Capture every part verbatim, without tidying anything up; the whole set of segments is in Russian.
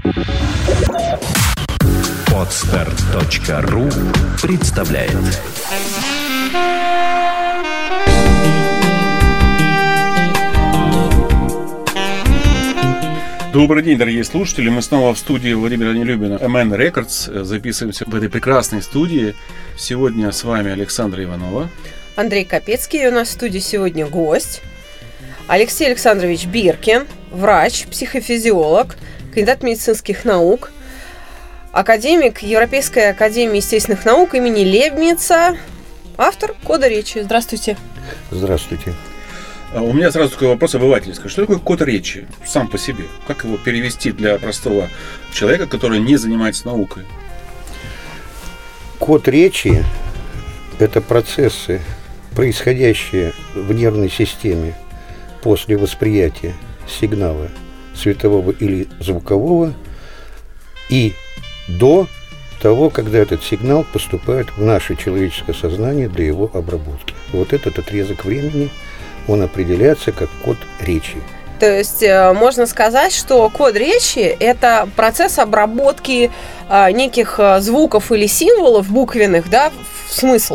Подстер точка ру представляет. Добрый день, дорогие слушатели. Мы снова в студии Владимира Нелюбина эм эн Records. Записываемся в этой прекрасной студии. Сегодня с вами Александра Иванова. Андрей Капецкий. И у нас в студии сегодня гость Алексей Александрович Биркин, врач, психофизиолог, кандидат медицинских наук, академик Европейской академии естественных наук имени Лейбница, автор кода речи. Здравствуйте. Здравствуйте. У меня сразу такой вопрос обывательский. Что такое код речи сам по себе? Как его перевести для простого человека, который не занимается наукой? Код речи – это процессы, происходящие в нервной системе после восприятия сигнала светового или звукового и до того, когда этот сигнал поступает в наше человеческое сознание для его обработки. Вот этот отрезок времени – он определяется как код речи. То есть можно сказать, что код речи – это процесс обработки а, неких звуков или символов буквенных, да, в смысл.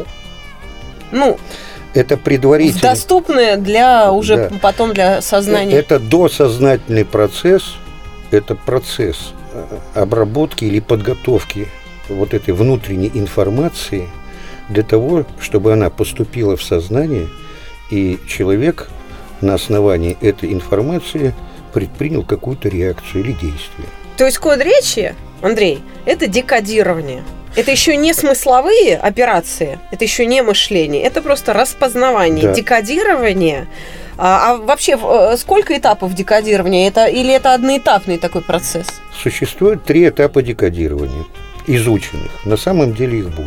Ну, это предварительно. Доступное для уже да. потом для сознания. Это досознательный процесс, это процесс обработки или подготовки вот этой внутренней информации для того, чтобы она поступила в сознание, и человек на основании этой информации предпринял какую-то реакцию или действие. То есть код речи, Андрей, это декодирование. Это еще не смысловые операции, это еще не мышление, это просто распознавание, да. Декодирование. А, а вообще, сколько этапов декодирования? Это, или это одноэтапный такой процесс? Существует три этапа декодирования, изученных. На самом деле их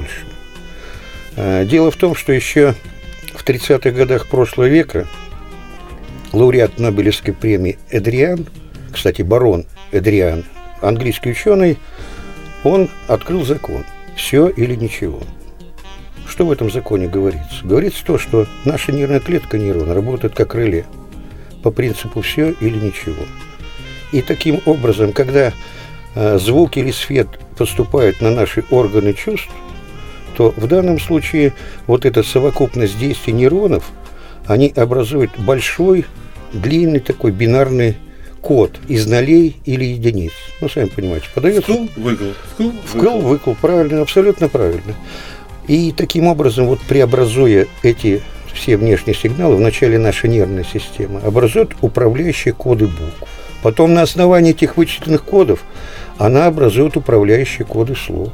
больше. Дело в том, что еще в тридцатых годах прошлого века лауреат Нобелевской премии Эдриан, кстати, барон Эдриан, английский ученый, он открыл закон «все или ничего». Что в этом законе говорится? Говорится то, что наша нервная клетка нейрона работает как реле по принципу «все или ничего». И таким образом, когда э, звук или свет поступают на наши органы чувств, то в данном случае вот эта совокупность действий нейронов, они образуют большой, длинный такой бинарный код из нолей или единиц. Ну, сами понимаете, подается... Вкл-выкл. Вкл-выкл, правильно, абсолютно правильно. И таким образом, вот преобразуя эти все внешние сигналы, вначале наша нервная система образует управляющие коды букв. Потом на основании этих вычисленных кодов она образует управляющие коды слов.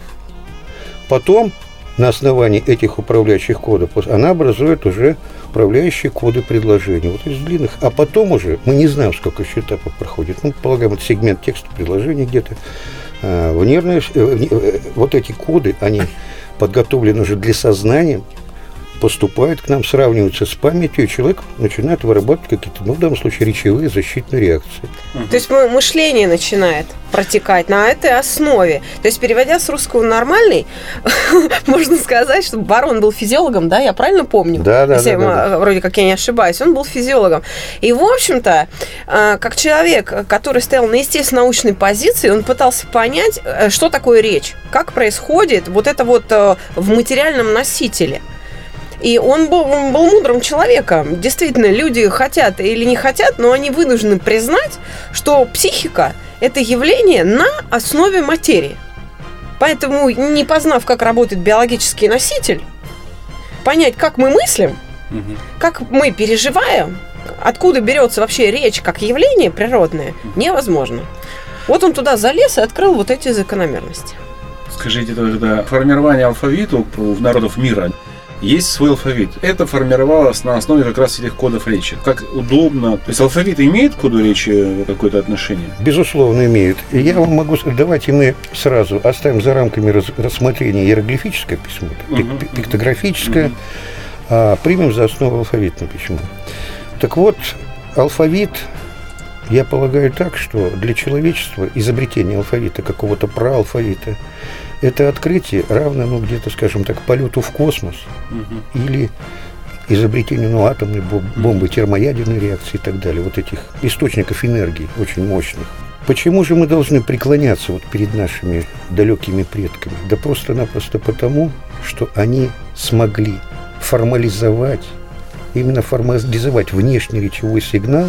Потом на основании этих управляющих кодов она образует уже управляющие коды предложений, вот из длинных. А потом уже, мы не знаем, сколько еще этапов проходит, ну, полагаем, это сегмент текста предложения где-то. В нервные, вот эти коды, они подготовлены уже для сознания, поступают к нам, сравниваются с памятью, и человек начинает вырабатывать какие-то, ну, в данном случае, речевые защитные реакции. Uh-huh. То есть мышление начинает протекать на этой основе. То есть, переводя с русского на нормальный, можно сказать, что барон был физиологом, да, я правильно помню? Да, да, Если да, да, да. Вроде как я не ошибаюсь, он был физиологом. И, в общем-то, как человек, который стоял на естественно-научной позиции, он пытался понять, что такое речь, как происходит вот это вот в материальном носителе. И он был, он был мудрым человеком. Действительно, люди хотят или не хотят, но они вынуждены признать, что психика – это явление на основе материи. Поэтому, не познав, как работает биологический носитель, понять, как мы мыслим, угу. как мы переживаем, откуда берется вообще речь как явление природное, невозможно. Вот он туда залез и открыл вот эти закономерности. Скажите тогда, формирование алфавита у народов мира – есть свой алфавит. Это формировалось на основе как раз этих кодов речи. Как удобно. То есть алфавит имеет к коду речи какое-то отношение? Безусловно, имеет. И я вам могу сказать, давайте мы сразу оставим за рамками рассмотрения иероглифическое письмо, uh-huh. пиктографическое, uh-huh. а примем за основу алфавитное письмо. Так вот, алфавит, я полагаю так, что для человечества изобретение алфавита, какого-то проалфавита, это открытие равно, ну, где-то, скажем так, полету в космос угу. или изобретению, ну, атомной бомбы, термоядерной реакции и так далее, вот этих источников энергии очень мощных. Почему же мы должны преклоняться вот перед нашими далекими предками? Да просто-напросто потому, что они смогли формализовать, именно формализовать внешний речевой сигнал,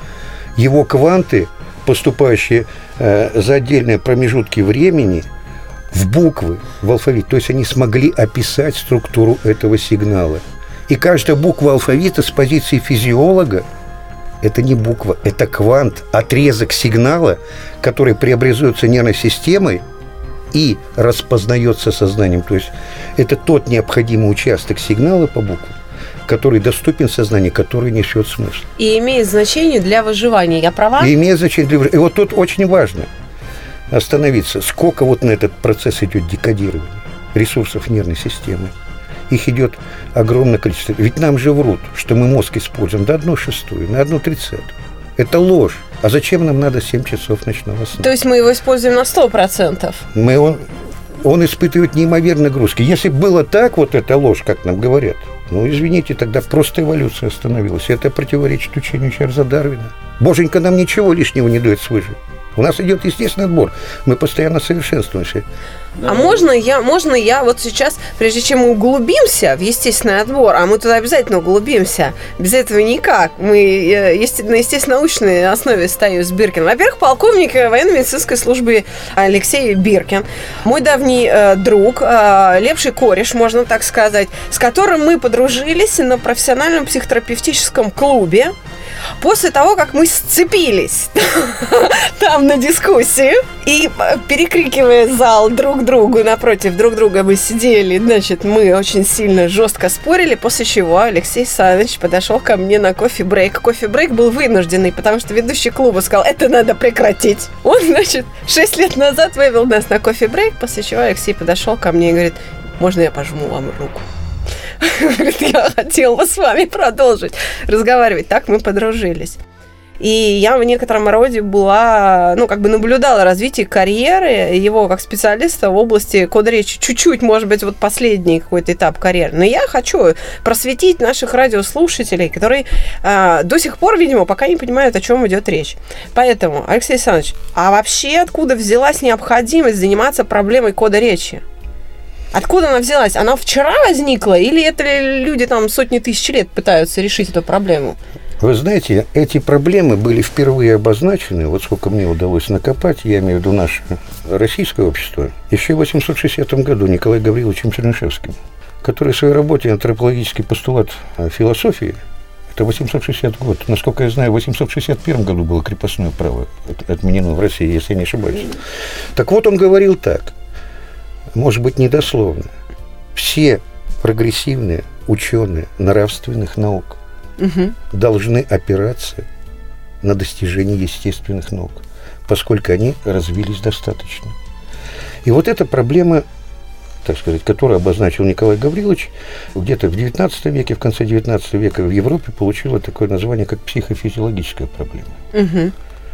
его кванты, поступающие э, за отдельные промежутки времени, в буквы, в алфавит. То есть они смогли описать структуру этого сигнала. И каждая буква алфавита с позиции физиолога — это не буква, это квант, отрезок сигнала, который преобразуется нервной системой и распознается сознанием. То есть это тот необходимый участок сигнала по буквам, который доступен сознанию, который несет смысл. И имеет значение для выживания. Я права? И имеет значение для выживания. И вот тут очень важно остановиться. Сколько вот на этот процесс идет декодирования ресурсов нервной системы. Их идет огромное количество. Ведь нам же врут, что мы мозг используем на одну шестую, на одну тридцатую. Это ложь. А зачем нам надо семь часов ночного сна? То есть мы его используем на сто процентов? Мы он, он испытывает неимоверные нагрузки. Если бы было так, вот эта ложь, как нам говорят, ну, извините, тогда просто эволюция остановилась. Это противоречит учению Чарльза Дарвина. Боженька нам ничего лишнего не дает свыше. У нас идет естественный отбор. Мы постоянно совершенствуемся. Да. А можно я, можно я вот сейчас, прежде чем мы углубимся в естественный отбор, а мы туда обязательно углубимся, без этого никак. Мы есте, на естественно-научной основе стою с Биркиным. Во-первых, полковник военно-медицинской службы Алексей Биркин, мой давний э, друг, э, лепший кореш, можно так сказать, с которым мы подружились на профессиональном психотерапевтическом клубе. После того, как мы сцепились там на дискуссии и, перекрикивая зал друг другу, напротив друг друга мы сидели, значит, мы очень сильно жестко спорили, после чего Алексей Саныч подошел ко мне на кофе-брейк. Кофе-брейк был вынужденный, потому что ведущий клуба сказал, это надо прекратить. Он, значит, шесть лет назад вывел нас на кофе-брейк, после чего Алексей подошел ко мне и говорит, можно я пожму вам руку? Говорит, я хотел бы с вами продолжить разговаривать. Так мы подружились. И я в некотором роде была, ну, как бы наблюдала развитие карьеры его как специалиста в области кода речи. Чуть-чуть, может быть, вот последний какой-то этап карьеры. Но я хочу просветить наших радиослушателей, которые а, до сих пор, видимо, пока не понимают, о чем идет речь. Поэтому, Алексей Александрович, а вообще откуда взялась необходимость заниматься проблемой кода речи? Откуда она взялась? Она вчера возникла? Или это люди там сотни тысяч лет пытаются решить эту проблему? Вы знаете, эти проблемы были впервые обозначены, вот сколько мне удалось накопать, я имею в виду наше российское общество, еще в восемьсот шестидесятом году Николаем Гавриловичем Чернышевским, который в своей работе «Антропологический постулат философии», это восемьсот шестидесятый год, насколько я знаю, в восемьсот шестьдесят первом году было крепостное право отменено в России, если я не ошибаюсь. Так вот, он говорил так. Может быть, недословно. Все прогрессивные ученые нравственных наук угу. должны опираться на достижение естественных наук, поскольку они развились достаточно. И вот эта проблема, так сказать, которую обозначил Николай Гаврилович, где-то в девятнадцатом веке, в конце девятнадцатого века в Европе получила такое название, как психофизиологическая проблема. Угу.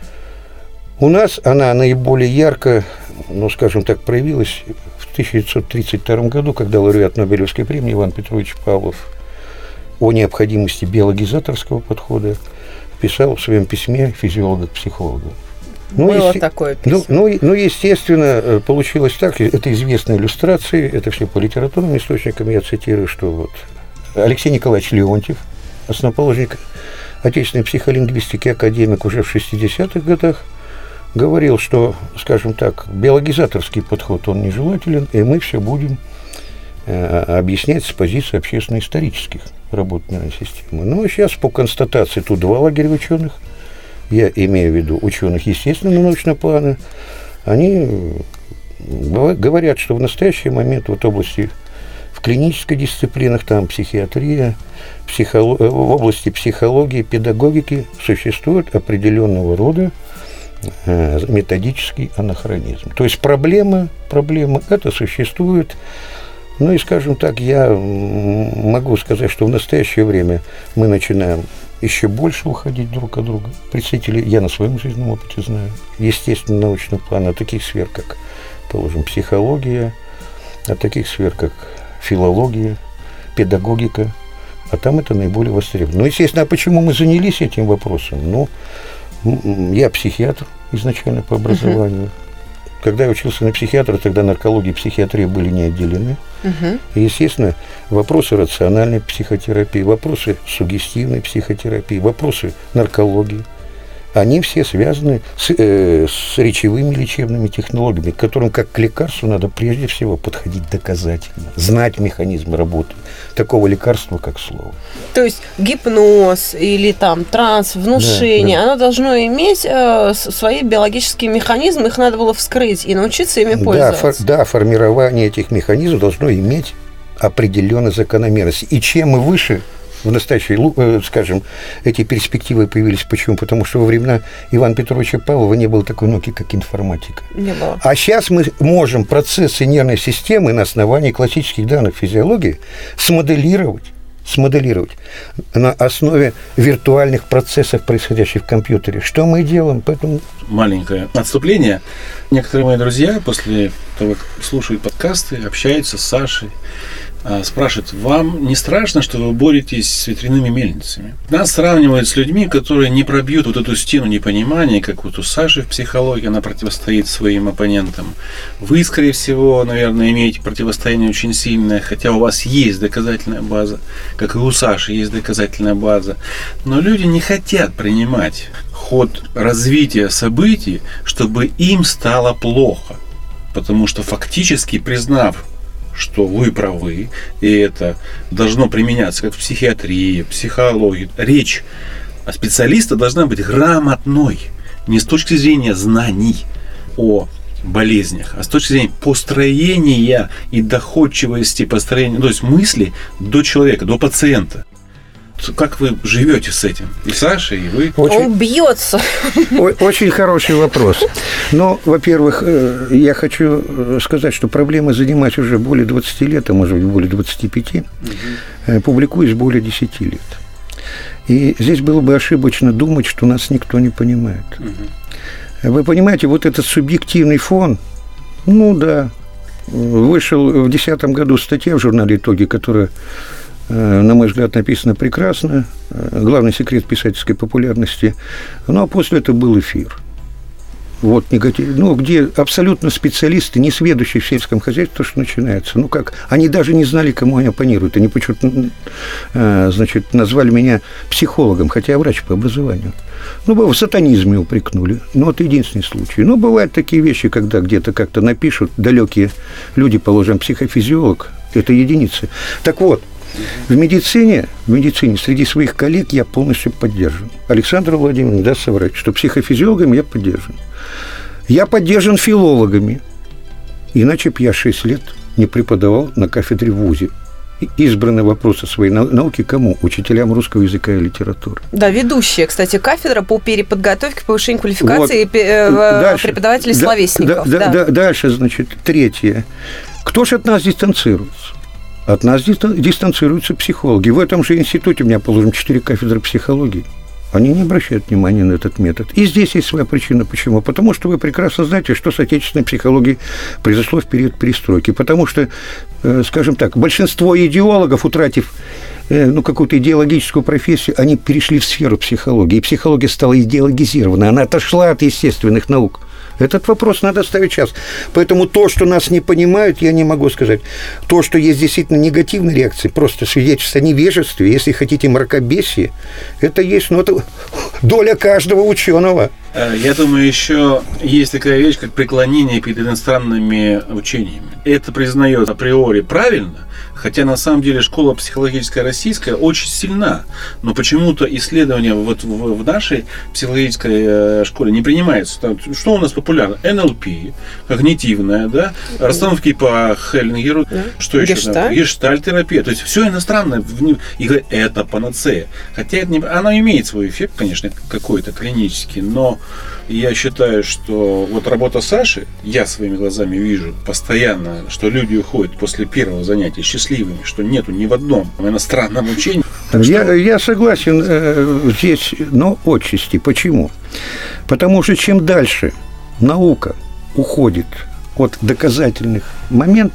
У нас она наиболее ярко, ну, скажем так, проявилась в тысяча девятьсот тридцать втором году, когда лауреат Нобелевской премии Иван Петрович Павлов о необходимости биологизаторского подхода писал в своем письме физиолога к психологу. Ну, Было есте... такое письмо. Ну, ну, ну, естественно, получилось так, это известные иллюстрации, это все по литературным источникам, я цитирую, что вот Алексей Николаевич Леонтьев, основоположник отечественной психолингвистики, академик уже в шестидесятых годах, говорил, что, скажем так, биологизаторский подход, он нежелателен, и мы все будем э, объяснять с позиции общественно-исторических работ нервной системы. Ну, а сейчас по констатации тут два лагеря ученых, я имею в виду ученых естественного научного плана, они говорят, что в настоящий момент вот в области, в клинической дисциплинах, там психиатрия, психолог, в области психологии, педагогики существует определенного рода методический анахронизм. То есть проблема, проблема это существует. Ну и, скажем так, я могу сказать, что в настоящее время мы начинаем еще больше уходить друг от друга. Представители, я на своем жизненном опыте знаю, естественно, научного плана, от таких сфер, как, положим, психология, от таких сфер, как филология, педагогика, а там это наиболее востребовано. Ну, естественно, а почему мы занялись этим вопросом? Ну, я психиатр, изначально по образованию. Угу. Когда я учился на психиатра, тогда наркология и психиатрия были не отделены. Угу. И, естественно, вопросы рациональной психотерапии, вопросы суггестивной психотерапии, вопросы наркологии, они все связаны с, э, с речевыми лечебными технологиями, к которым, как к лекарству, надо прежде всего подходить доказательно, знать механизмы работы такого лекарства, как слово. То есть гипноз или там транс, внушение, да, да. оно должно иметь э, свои биологические механизмы, их надо было вскрыть и научиться ими пользоваться. Да, фор, да, формирование этих механизмов должно иметь определенную закономерность. И чем мы выше в настоящей, скажем, эти перспективы появились. Почему? Потому что во времена Ивана Петровича Павлова не было такой науки, как информатика. Не было. А сейчас мы можем процессы нервной системы на основании классических данных физиологии смоделировать, смоделировать на основе виртуальных процессов, происходящих в компьютере. Что мы делаем? Поэтому... Маленькое отступление. Некоторые мои друзья после того, как слушают подкасты, общаются с Сашей, спрашивают: вам не страшно, что вы боретесь с ветряными мельницами? Нас сравнивают с людьми, которые не пробьют вот эту стену непонимания, как вот у Саши в психологии, она противостоит своим оппонентам. Вы, скорее всего, наверное, имеете противостояние очень сильное, хотя у вас есть доказательная база, как и у Саши есть доказательная база. Но люди не хотят принимать ход развития событий, чтобы им стало плохо. Потому что фактически, признав, что вы правы, и это должно применяться как в психиатрии, психологии. Речь специалиста должна быть грамотной, не с точки зрения знаний о болезнях, а с точки зрения построения и доходчивости построения, то есть мысли до человека, до пациента. Как вы живете с этим? И Саша, и вы? Очень, Он бьется. Очень хороший вопрос. Но, во-первых, я хочу сказать, что проблемой занимаюсь уже более двадцати лет, а может быть более двадцати пяти. Угу. Публикуюсь более десяти лет. И здесь было бы ошибочно думать, что нас никто не понимает. Угу. Вы понимаете, вот этот субъективный фон, ну да, вышел в две тысячи десятом году статья в журнале «Итоги», которая, на мой взгляд, написано прекрасно. Главный секрет писательской популярности. Ну, а после этого был эфир. Вот негатив, ну, где абсолютно специалисты, не сведущие в сельском хозяйстве, то, что начинается. Ну, как? Они даже не знали, кому они оппонируют. Они почему-то, значит, назвали меня психологом, хотя я врач по образованию. Ну, в сатанизме упрекнули. Ну, вот единственный случай. Ну, бывают такие вещи, когда где-то как-то напишут далекие люди, положим, психофизиолог. Это единицы. Так вот, В медицине, в медицине среди своих коллег я полностью поддержан. Александр Владимирович не даст соврать, что психофизиологами я поддержан. Я поддержан филологами. Иначе бы я шесть лет не преподавал на кафедре в ВУЗе. Избраны вопросы своей науки кому? Учителям русского языка и литературы. Да, ведущая, кстати, кафедра по переподготовке, повышению квалификации вот. Дальше, преподавателей-словесников. Да, да, да. Да, дальше, значит, третье. Кто же от нас дистанцируется? От нас дистанцируются психологи. В этом же институте у меня, положим, четыре кафедры психологии. Они не обращают внимания на этот метод. И здесь есть своя причина. Почему? Потому что вы прекрасно знаете, что с отечественной психологией произошло в период перестройки. Потому что, скажем так, большинство идеологов, утратив ну, какую-то идеологическую профессию, они перешли в сферу психологии. И психология стала идеологизирована. Она отошла от естественных наук. Этот вопрос надо ставить сейчас. Поэтому то, что нас не понимают, я не могу сказать. То, что есть действительно негативные реакции, просто свидетельство о невежестве, если хотите, мракобесие, это есть, ну, это доля каждого ученого. Я думаю, еще есть такая вещь, как преклонение перед иностранными учениями. Это признается априори правильно, хотя на самом деле школа психологическая российская очень сильна, но почему-то исследования вот в, в нашей психологической школе не принимаются. Что у нас популярно? эн эл пи, когнитивная, да, расстановки по Хеллингеру, да. Что еще? Гештальт. Гештальт-терапия. То есть все иностранное, и говорят, это панацея. Хотя это не, она имеет свой эффект, конечно, какой-то клинический, но я считаю, что вот работа Саши, я своими глазами вижу постоянно, что люди уходят после первого занятия счастливыми, что нету ни в одном иностранном учении. Я, что... я согласен э, здесь, но отчасти. Почему? Потому что чем дальше наука уходит от доказательных моментов,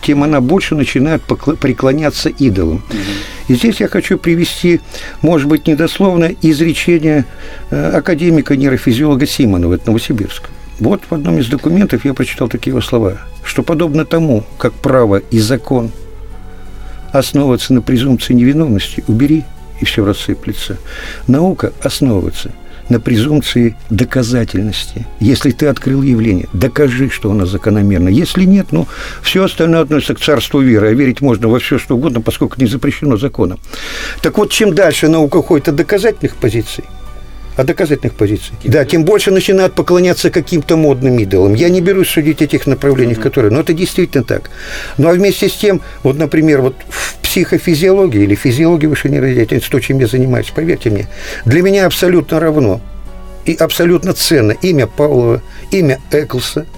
тем она больше начинает преклоняться идолам. И здесь я хочу привести, может быть, недословно изречение академика нейрофизиолога Симонова, это Новосибирск. Вот в одном из документов я прочитал такие его слова, что подобно тому, как право и закон основываться на презумпции невиновности, убери, и все рассыплется. Наука основывается на презумпции доказательности. Если ты открыл явление, докажи, что оно закономерно. Если нет, ну, все остальное относится к царству веры. А верить можно во все, что угодно, поскольку не запрещено законом. Так вот, чем дальше наука уходит от доказательных позиций, от доказательных позиций, да, тем больше начинают поклоняться каким-то модным идолам. Я не берусь судить о тех направлениях, которые... Но это действительно так. Ну, а вместе с тем, вот, например, вот в психофизиологии или физиологии высшей нейродеятельности, то, чем я занимаюсь, поверьте мне, для меня абсолютно равно и абсолютно ценно имя Павлова, имя Эклса,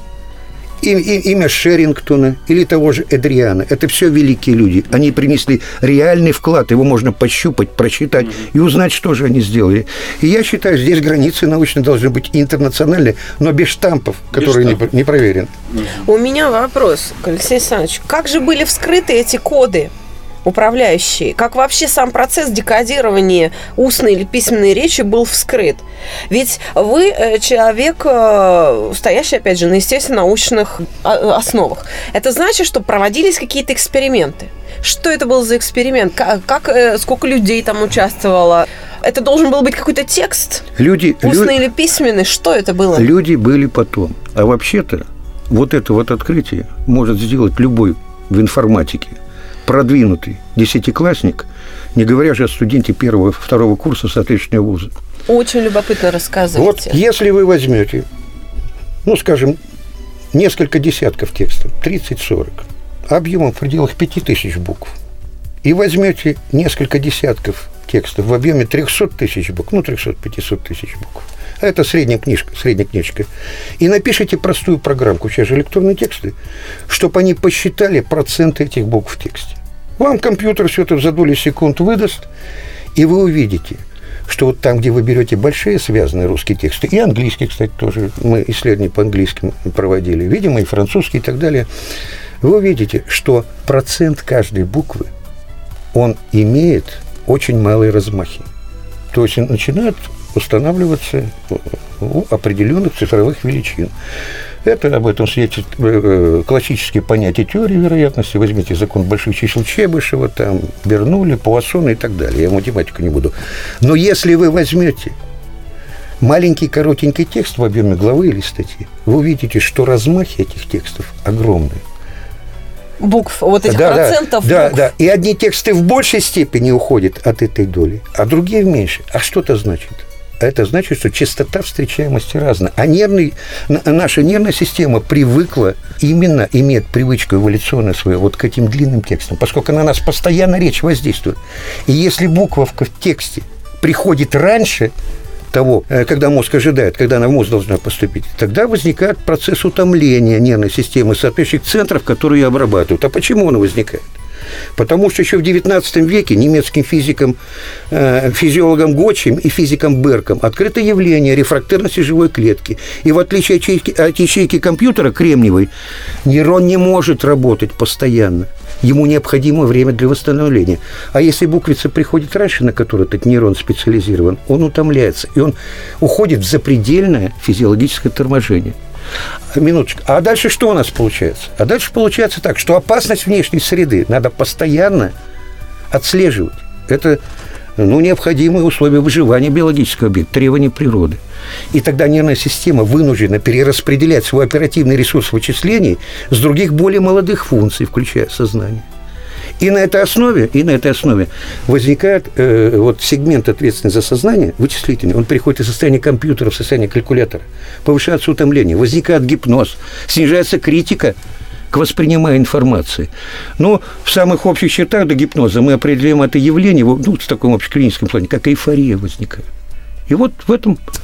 имя Шерингтона или того же Эдриана. Это все великие люди. Они принесли реальный вклад. Его можно пощупать, прочитать и узнать, что же они сделали. И я считаю, здесь границы научные должны быть интернациональные, но без штампов, без которые штампов. Не, не проверены. У меня вопрос, Алексей Александрович. Как же были вскрыты эти коды управляющие? Как вообще сам процесс декодирования устной или письменной речи был вскрыт? Ведь вы человек, стоящий, опять же, на естественно-научных основах. Это значит, что проводились какие-то эксперименты. Что это был за эксперимент? Как, как, сколько людей там участвовало? Это должен был быть какой-то текст? Люди, устный лю... или письменный? Что это было? Люди были потом. А вообще-то вот это вот открытие может сделать любой в информатике продвинутый десятиклассник, не говоря же о студенте первого, второго курса соответствующего вуза. Очень любопытно рассказывайте. Вот если вы возьмете, ну, скажем, несколько десятков текстов, тридцать-сорок, объемом в пределах пяти тысяч букв, и возьмете несколько десятков текстов в объеме триста тысяч букв, ну, триста-пятьсот тысяч букв, это средняя книжка, средняя книжка, и напишите простую программку, сейчас же электронные тексты, чтобы они посчитали проценты этих букв в тексте. Вам компьютер все это за доли секунд выдаст, и вы увидите, что вот там, где вы берете большие связанные русские тексты, и английские, кстати, тоже, мы исследования по английским проводили, видимо, и французские и так далее, вы увидите, что процент каждой буквы, он имеет очень малые размахи. То есть начинают устанавливаться у определенных цифровых величин. Это об этом свидетельствует классические понятия теории вероятности. Возьмите закон больших чисел Чебышева, там, Бернулли, Пуассона и так далее. Я математику не буду. Но если вы возьмете маленький коротенький текст в объеме главы или статьи, вы увидите, что размахи этих текстов огромные. Букв, вот этих да, процентов да, букв. Да, да. И одни тексты в большей степени уходят от этой доли, а другие в меньшей. А что это значит? Это значит, что частота встречаемости разная. А нервный, наша нервная система привыкла, именно имеет привычку эволюционную свою вот к этим длинным текстам, поскольку на нас постоянно речь воздействует. И если буковка в тексте приходит раньше того, когда мозг ожидает, когда она в мозг должна поступить, тогда возникает процесс утомления нервной системы соответствующих центров, которые ее обрабатывают. А почему он возникает? Потому что еще в девятнадцатом веке немецким физикам, э, физиологам Готчем и физикам Берком открыто явление рефрактерности живой клетки. И в отличие от ячейки, от ячейки компьютера кремниевой, нейрон не может работать постоянно. Ему необходимо время для восстановления. А если буквица приходит раньше, на которую этот нейрон специализирован, он утомляется, и он уходит в запредельное физиологическое торможение. Минуточку. А дальше что у нас получается? А дальше получается так, что опасность внешней среды надо постоянно отслеживать. Это, ну, необходимые условия выживания биологического объекта, требования природы. И тогда нервная система вынуждена перераспределять свой оперативный ресурс вычислений с других более молодых функций, включая сознание. И на этой основе, и на этой основе возникает э, вот сегмент, ответственный за сознание, вычислительный, он переходит из состояния компьютера в состояние калькулятора, повышается утомление, возникает гипноз, снижается критика к воспринимаемой информации. Но в самых общих чертах до гипноза мы определяем это явление, ну, в таком общеклиническом плане, как эйфория возникает. И вот в этом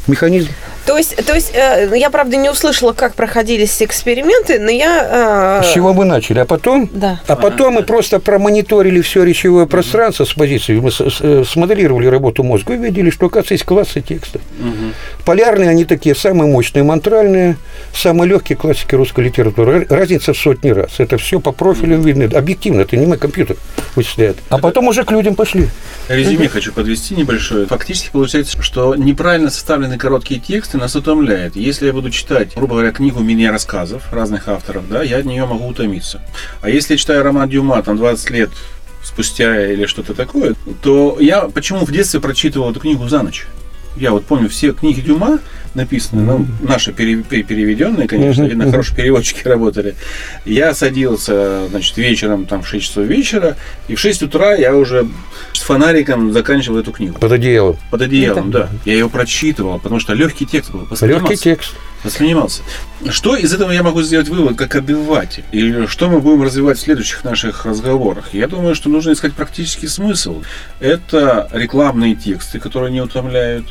Механизм. То есть, то есть э, я, правда, не услышала, как проходились эксперименты, но я... Э... С чего мы начали? А потом, да. а потом мы просто промониторили все речевое пространство с позиции, мы смоделировали работу мозга и увидели, что, оказывается, есть классы текста. Угу. Полярные они такие, самые мощные, мантральные, самые легкие классики русской литературы. Разница в сотни раз. Это все по профилям видно. Объективно, это не мой компьютер вычисляет. А потом уже к людям пошли. Резюме хочу подвести небольшое. Фактически получается, что неправильно составленный короткий текст нас утомляет. Если я буду читать, грубо говоря, книгу мини-рассказов разных авторов, да, я от нее могу утомиться. А если я читаю роман Дюма, там, двадцать лет спустя или что-то такое, то я почему в детстве прочитывал эту книгу за ночь? Я вот помню, все книги Дюма написаны, ну, наши переведенные, конечно, видно, хорошие переводчики работали. Я садился, значит, вечером, там, в шесть часов вечера, и в шесть утра я уже с фонариком заканчивал эту книгу. Под одеялом. Под одеялом, это... да. Я ее прочитывал, потому что легкий текст был. Легкий текст. Воспринимался. Что из этого я могу сделать вывод как обыватель? Или что мы будем развивать в следующих наших разговорах? Я думаю, что нужно искать практический смысл. Это рекламные тексты, которые не утомляют.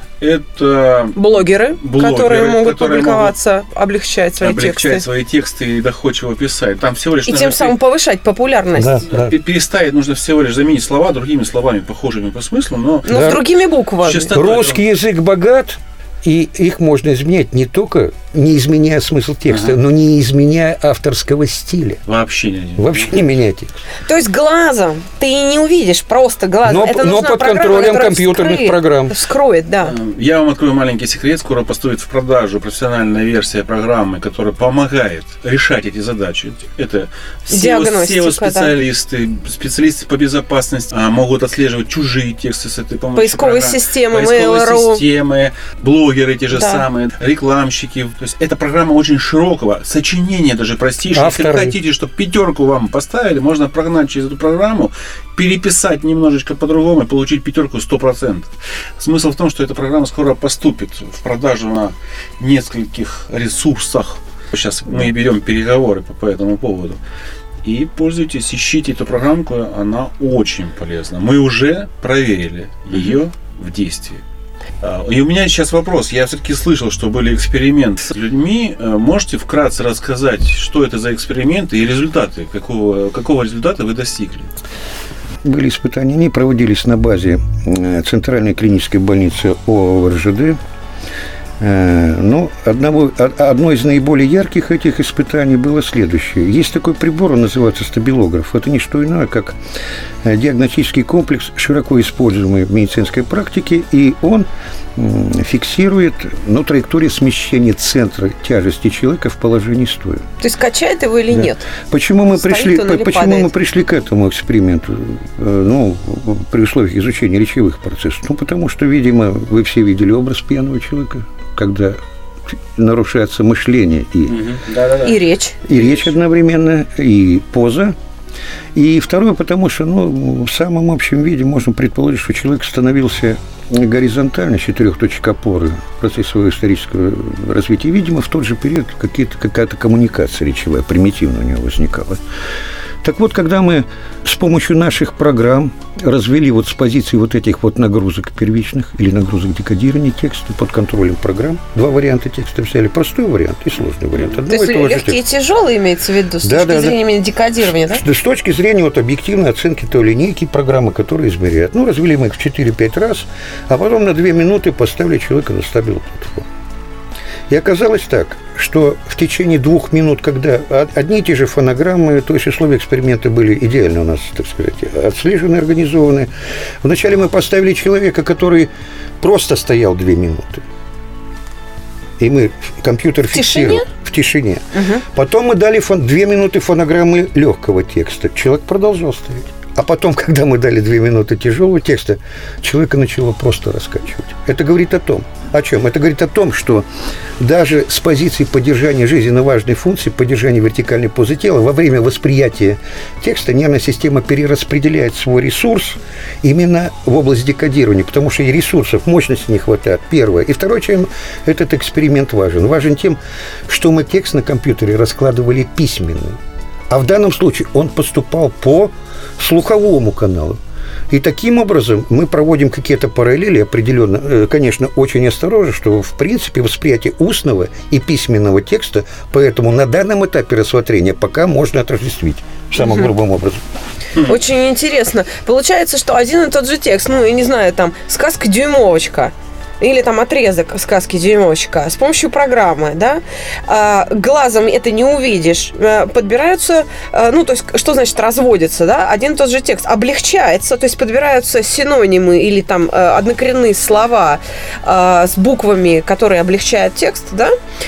Это блогеры, блогеры которые могут которые публиковаться, могут облегчать свои облегчать тексты. свои тексты и доходчиво писать. Там всего лишь и тем самым повышать популярность. Да, да. Переставить нужно всего лишь заменить слова другими словами, похожими по смыслу, но... Но да. с другими буквами. Русский язык богат, и их можно изменять не только не изменяя смысл текста, ага. но не изменяя авторского стиля. Вообще не изменяя. Вообще не меняя текст. То есть глазом ты не увидишь, просто глазом. Но, Это но под контролем компьютерных вскрыет, программ. Вскроет, да. Я вам открою маленький секрет. Скоро поступит в продажу профессиональная версия программы, которая помогает решать эти задачи. Это сео-специалисты, да. специалисты по безопасности могут отслеживать чужие тексты с этой помощью. Поисковые программ. системы, Поисковые Mail.ru. системы, блогеры те же да. самые, рекламщики. То есть эта программа очень широкого, сочинение даже простейшее. Авторы. Если вы хотите, чтобы пятерку вам поставили, можно прогнать через эту программу, переписать немножечко по-другому и получить пятерку сто процентов. Смысл в том, что эта программа скоро поступит в продажу на нескольких ресурсах. Сейчас мы берем переговоры по, по этому поводу. И пользуйтесь, ищите эту программку, она очень полезна. Мы уже проверили ее в действии. И у меня сейчас вопрос. Я все-таки слышал, что были эксперименты с людьми. Можете вкратце рассказать, что это за эксперименты и результаты? Какого, какого результата вы достигли? Были испытания. Они проводились на базе Центральной клинической больницы ООРЖД. Но одного, одно из наиболее ярких этих испытаний было следующее. Есть такой прибор, он называется стабилограф. Это не что иное, как диагностический комплекс, широко используемый в медицинской практике, и он фиксирует ну, траекторию смещения центра тяжести человека в положении стоя. То есть качает его или да. нет? Почему мы, пришли, почему мы пришли к этому эксперименту? Ну, при условиях изучения речевых процессов. Ну, потому что, видимо, вы все видели образ пьяного человека, когда нарушается мышление и, угу. да, да, да. и речь. И речь одновременно, и поза. И второе, потому что ну, в самом общем виде можно предположить, что человек становился горизонтально, с четырех точек опоры в процессе своего исторического развития. Видимо, в тот же период какая-то коммуникация речевая примитивно у него возникала. Так вот, когда мы с помощью наших программ развели вот с позиции вот этих вот нагрузок первичных или нагрузок декодирования текста под контролем программ, два варианта текста взяли, простой вариант и сложный вариант. То есть легкие и тяжелые имеется в виду с да, точки да, зрения да. декодирования, да? С точки зрения вот объективной оценки той линейки программы, которые измеряют. Ну, развели мы их в четыре-пять раз, а потом на две минуты поставили человека на стабильную платформу. И оказалось так, что в течение двух минут, когда одни и те же фонограммы, то есть условия эксперимента были идеально у нас, так сказать, отслежены, организованы. Вначале мы поставили человека, который просто стоял две минуты. И мы компьютер фиксировал в тишине. Угу. Потом мы дали фон, две минуты фонограммы легкого текста. Человек продолжал стоять. А потом, когда мы дали две минуты тяжелого текста, человека начало просто раскачивать. Это говорит о том, о чем? Это говорит о том, что даже с позиции поддержания жизненно важной функции, поддержания вертикальной позы тела, во время восприятия текста нервная система перераспределяет свой ресурс именно в область декодирования, потому что и ресурсов, мощности не хватает, первое. И второе, чем этот эксперимент важен? Важен тем, что мы текст на компьютере раскладывали письменный. А в данном случае он поступал по слуховому каналу. И таким образом мы проводим какие-то параллели определенно, конечно, очень осторожно, что в принципе восприятие устного и письменного текста, поэтому на данном этапе рассмотрения пока можно отождествить самым грубым образом. Очень интересно. Получается, что один и тот же текст, ну, я не знаю, там, сказка «Дюймовочка», или там отрезок сказки «Дюймовочка» с помощью программы, да, а, глазом это не увидишь, а, подбираются, а, ну, то есть, что значит разводится, да, один и тот же текст облегчается, то есть подбираются синонимы или там а, однокоренные слова а, с буквами, которые облегчают текст, да,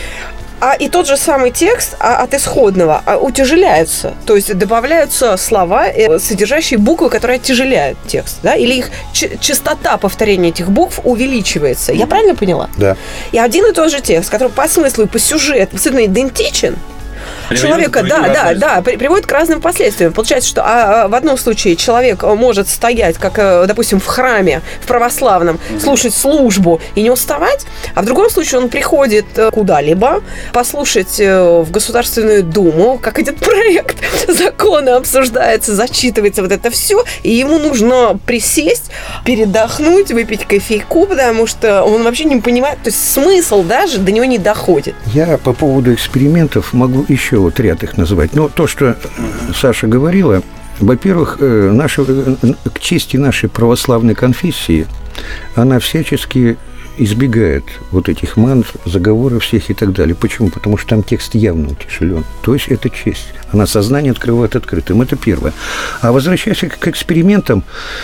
а и тот же самый текст а, от исходного а, утяжеляется. То есть добавляются слова, э, содержащие буквы, которые оттяжеляют текст. Да? Или их ч- частота повторения этих букв увеличивается. Я правильно поняла? Да. И один и тот же текст, который по смыслу и по сюжету абсолютно идентичен, человека, да, да, да, при, приводит к разным последствиям. Получается, что а, а, в одном случае человек может стоять, как, допустим, в храме, в православном, mm-hmm. слушать службу и не уставать, а в другом случае он приходит куда-либо послушать в Государственную Думу, как этот проект закона обсуждается, зачитывается вот это все, и ему нужно присесть, передохнуть, выпить кофейку, потому что он вообще не понимает, то есть смысл даже до него не доходит. Я по поводу экспериментов могу еще вот ряд их назвать. Но то, что Саша говорила, во-первых, наша, к чести нашей православной конфессии, она всячески избегает вот этих мантр, заговоров всех и так далее. Почему? Потому что там текст явно утяжелен. То есть это честь. Она сознание открывает открытым. Это первое. А возвращаясь к экспериментам,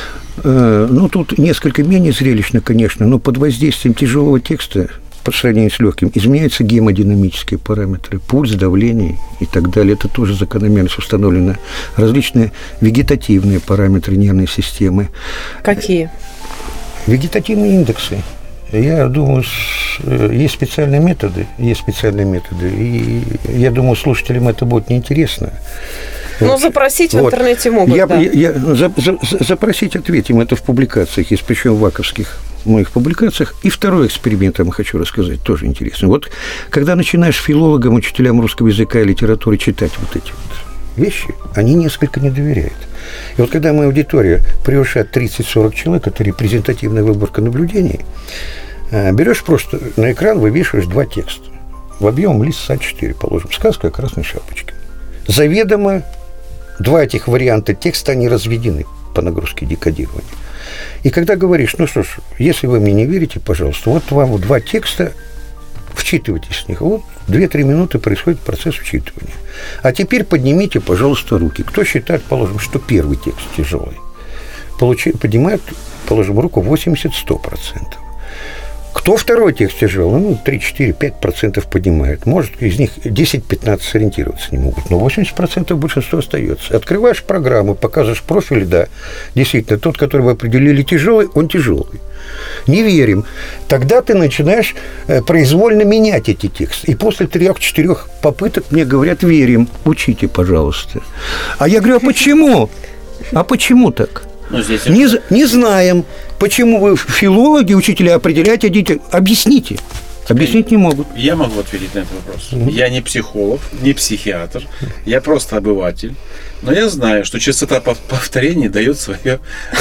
э, ну, тут несколько менее зрелищно, конечно, но под воздействием тяжелого текста по сравнению с легким, изменяются гемодинамические параметры, пульс, давление и так далее. Это тоже закономерность установлена. Различные вегетативные параметры нервной системы. Какие? Вегетативные индексы. Я думаю, есть специальные методы, есть специальные методы, и я думаю, слушателям это будет неинтересно. Ну, вот. Запросить в вот. интернете могут, я, да. Я, я, за, за, запросить ответим, это в публикациях есть, причем в ваковских моих публикациях. И второй эксперимент я вам хочу рассказать, тоже интересно. Вот, когда начинаешь филологам, учителям русского языка и литературы читать вот эти вот вещи, они несколько не доверяют. И вот когда моя аудитория превышает тридцать-сорок человек, это репрезентативная выборка наблюдений, берешь просто на экран, вывешиваешь два текста. В объемом лист А четыре, положим, сказка о красной шапочке. Заведомо два этих варианта текста, они разведены по нагрузке декодирования. И когда говоришь, ну что ж, если вы мне не верите, пожалуйста, вот вам два текста, вчитывайтесь в них. Вот две-три минуты происходит процесс вчитывания. А теперь поднимите, пожалуйста, руки. Кто считает, положим, что первый текст тяжелый? Получи, поднимает, положим, руку восемьдесят-сто процентов. Кто второй текст тяжелый? Ну, три-четыре-пять процентов поднимает. Может, из них десять-пятнадцать сориентироваться не могут. Но восемьдесят процентов большинство остается. Открываешь программу, показываешь профиль, да, действительно, тот, который вы определили тяжелый, он тяжелый. Не верим. Тогда ты начинаешь произвольно менять эти тексты. И после трех-четырех попыток мне говорят: верим, учите, пожалуйста. А я говорю: а почему? А почему так? Ну, здесь... не, не знаем. Почему вы, филологи, учителя, определяете детей? Объясните. Объяснить не могут. Я могу ответить на этот вопрос. Mm-hmm. Я не психолог, не психиатр, я просто обыватель. Но я знаю, что частота повторений дает свое,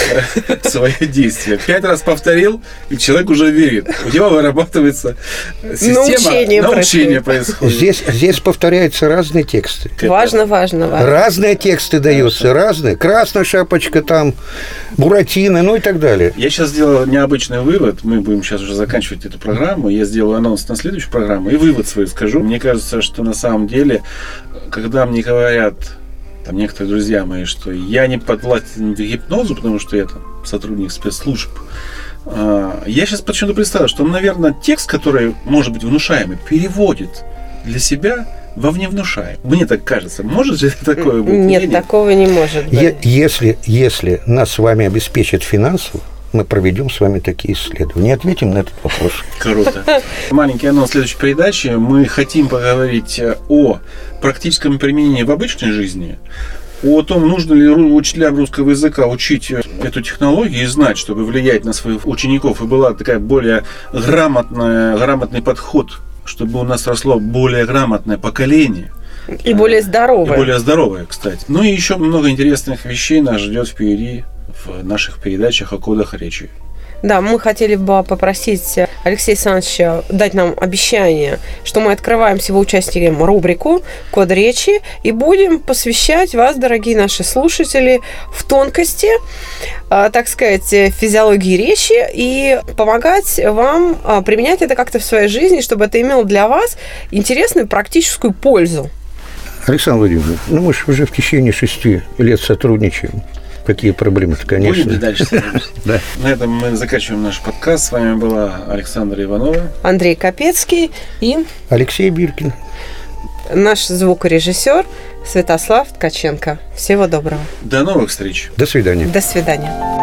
свое действие. Пять раз повторил, и человек уже верит. У него вырабатывается система, научение, научение происходит. Здесь, здесь повторяются разные тексты. Важно, важно, важно. Разные тексты даются, Хорошо. разные. Красная шапочка, там, Буратино, ну и так далее. Я сейчас сделал необычный вывод. Мы будем сейчас уже заканчивать эту программу. Я сделаю анонс на следующую программу и вывод свой скажу. Мне кажется, что на самом деле, когда мне говорят... Там некоторые друзья мои, что я не подвластен гипнозу, потому что я там сотрудник спецслужб. Я сейчас почему-то представил, что он, наверное, текст, который может быть внушаемый, переводит для себя во вневнушаемый. Мне так кажется. Может же такое быть? Нет, нет, такого не может быть. Если, если нас с вами обеспечат финансово, мы проведем с вами такие исследования. Ответим на этот вопрос. Круто. Маленький анонс следующей передачи. Мы хотим поговорить о практическом применении в обычной жизни, о том, нужно ли учителям русского языка учить эту технологию и знать, чтобы влиять на своих учеников, и была такая более грамотная, грамотный подход, чтобы у нас росло более грамотное поколение. И более здоровое. И более здоровое, кстати. Ну и еще много интересных вещей нас ждет впереди в наших передачах о кодах речи. Да, мы хотели бы попросить Алексея Александровича дать нам обещание, что мы открываем с его участием рубрику «Код речи» и будем посвящать вас, дорогие наши слушатели, в тонкости, так сказать, физиологии речи и помогать вам применять это как-то в своей жизни, чтобы это имело для вас интересную практическую пользу. Александр Владимирович, ну мы же уже в течение шести лет сотрудничаем. Какие проблемы-то, конечно. Будем дальше смотреть. Да. На этом мы заканчиваем наш подкаст. С вами была Александра Иванова, Андрей Капецкий и Алексей Биркин. Наш звукорежиссер Святослав Ткаченко. Всего доброго. До новых встреч. До свидания. До свидания.